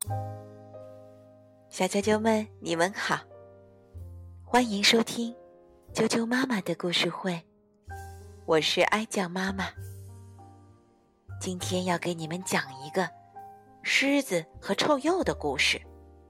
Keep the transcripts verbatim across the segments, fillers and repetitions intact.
小啾啾们，你们好，欢迎收听啾啾妈妈的故事会，我是哀酱妈妈。今天要给你们讲一个狮子和臭鼬的故事。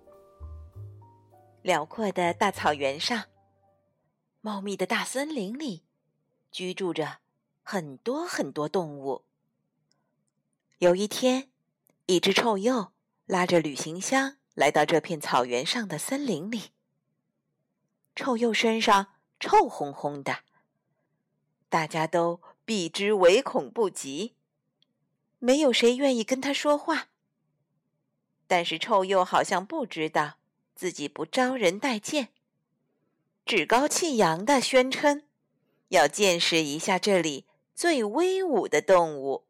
辽阔的大草原上，茂密的大森林里，居住着很多很多动物。有一天，一只臭鼬拉着旅行箱来到这片草原上的森林里。臭鼬身上臭烘烘的，大家都避之唯恐不及，没有谁愿意跟他说话。但是臭鼬好像不知道自己不招人待见，趾高气扬地宣称要见识一下这里最威武的动物。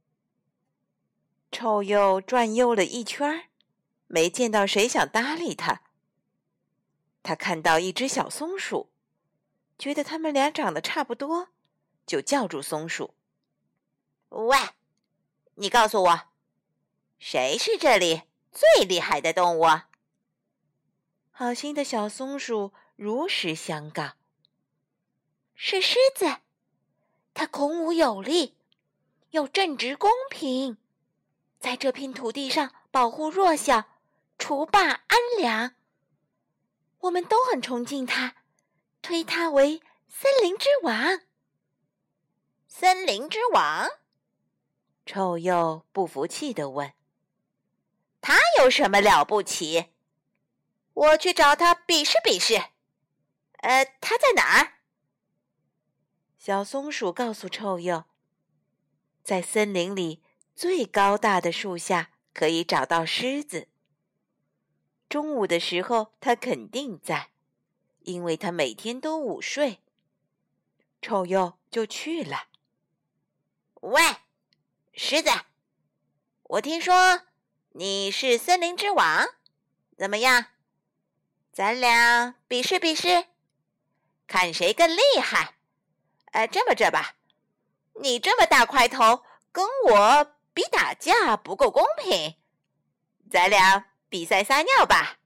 臭鼬转悠了一圈，没见到谁想搭理他。他看到一只小松鼠，觉得他们俩长得差不多，就叫住松鼠：“喂，你告诉我，谁是这里最厉害的动物？”好心的小松鼠如实相告：“是狮子，它孔武有力，又正直公平，在这片土地上保护弱小，除霸安良。我们都很崇敬他，推他为森林之王。”森林之王？臭鼬不服气地问：“他有什么了不起？我去找他比试比试。呃，他在哪儿？”小松鼠告诉臭鼬，在森林里最高大的树下可以找到狮子。中午的时候他肯定在，因为他每天都午睡。臭鼬就去了。喂，狮子，我听说你是森林之王，怎么样？咱俩比试比试，看谁更厉害。呃，这么着吧，你这么大块头，跟我比打架不够公平，咱俩比赛撒尿吧。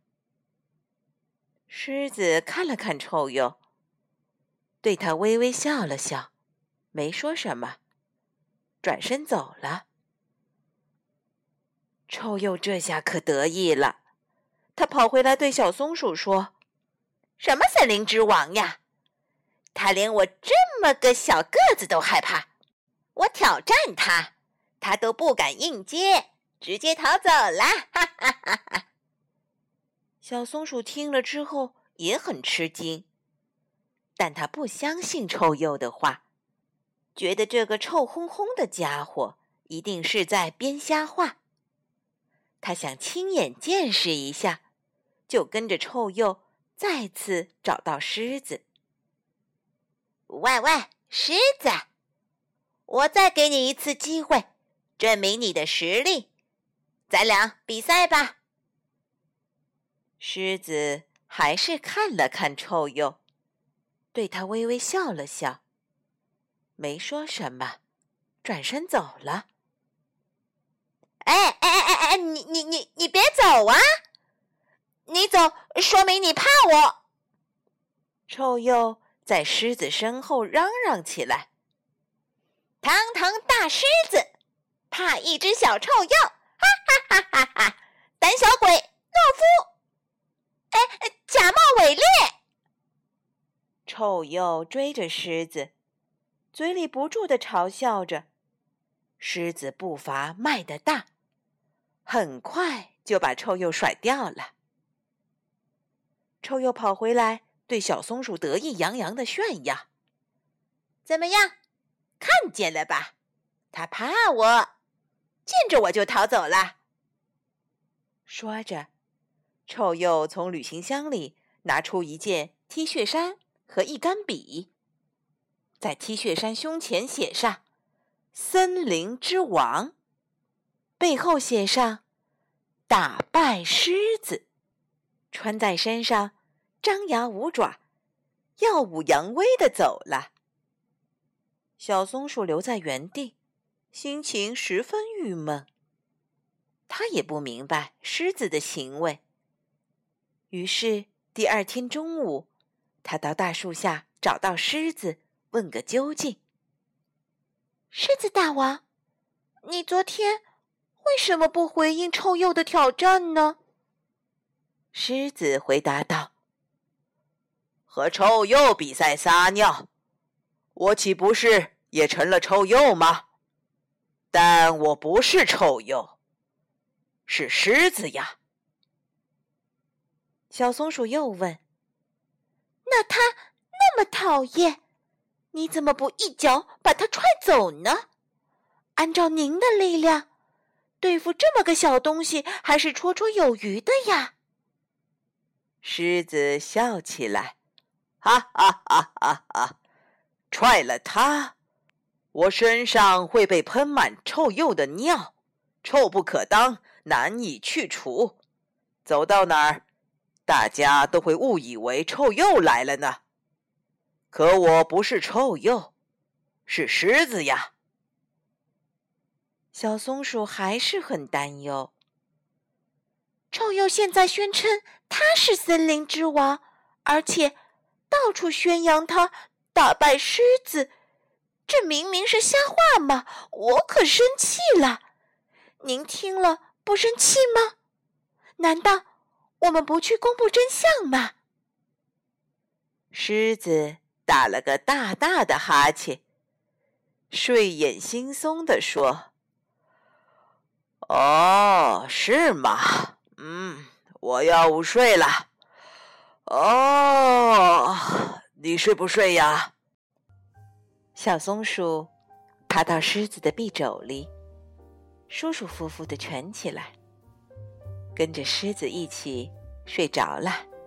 狮子看了看臭鼬，对他微微笑了笑，没说什么，转身走了。臭鼬这下可得意了，他跑回来对小松鼠说：“什么森林之王呀？他连我这么个小个子都害怕，我挑战他，他都不敢应接，直接逃走了。”哈哈哈哈。小松鼠听了之后也很吃惊，但他不相信臭鼬的话，觉得这个臭烘烘的家伙一定是在编瞎话。他想亲眼见识一下，就跟着臭鼬再次找到狮子。喂喂，狮子，我再给你一次机会，证明你的实力，咱俩比赛吧。狮子还是看了看臭鼬，对他微微笑了笑，没说什么，转身走了。哎哎哎哎，你你你你别走啊！你走说明你怕我。臭鼬在狮子身后嚷嚷起来：“堂堂大狮子，怕一只小臭鼬！哈哈哈哈哈！胆小鬼，懦夫！哎，假冒伪劣！”臭鼬追着狮子，嘴里不住地嘲笑着。狮子步伐迈得大，很快就把臭鼬甩掉了。臭鼬跑回来，对小松鼠得意洋洋地炫耀：“怎么样，看见了吧？他怕我，见着我就逃走了。”说着，臭鼬从旅行箱里拿出一件 T 恤衫和一杆笔，在 T 恤衫胸前写上“森林之王”，背后写上“打败狮子”，穿在身上张牙舞爪，耀武扬威地走了。小松鼠留在原地，心情十分郁闷。 他也不明白狮子的行为。于是第二天中午，他到大树下找到狮子，问个究竟。狮子大王，你昨天为什么不回应臭鼬的挑战呢？狮子回答道：和臭鼬比赛撒尿，我岂不是也成了臭鼬吗？但我不是臭鼬，是狮子呀。小松鼠又问：那它那么讨厌，你怎么不一脚把它踹走呢？按照您的力量，对付这么个小东西还是绰绰有余的呀。狮子笑起来，哈哈哈哈哈！踹了它，我身上会被喷满臭鼬的尿，臭不可当，难以去除。走到哪儿，大家都会误以为臭鼬来了呢。可我不是臭鼬，是狮子呀。小松鼠还是很担忧。臭鼬现在宣称他是森林之王，而且到处宣扬他打败狮子，这明明是瞎话嘛！我可生气了。您听了不生气吗？难道我们不去公布真相吗？狮子打了个大大的哈欠，睡眼惺忪地说：哦，是吗？嗯，我要午睡了。哦，你睡不睡呀？小松鼠爬到狮子的臂肘里，舒舒服服地蜷起来，跟着狮子一起睡着了。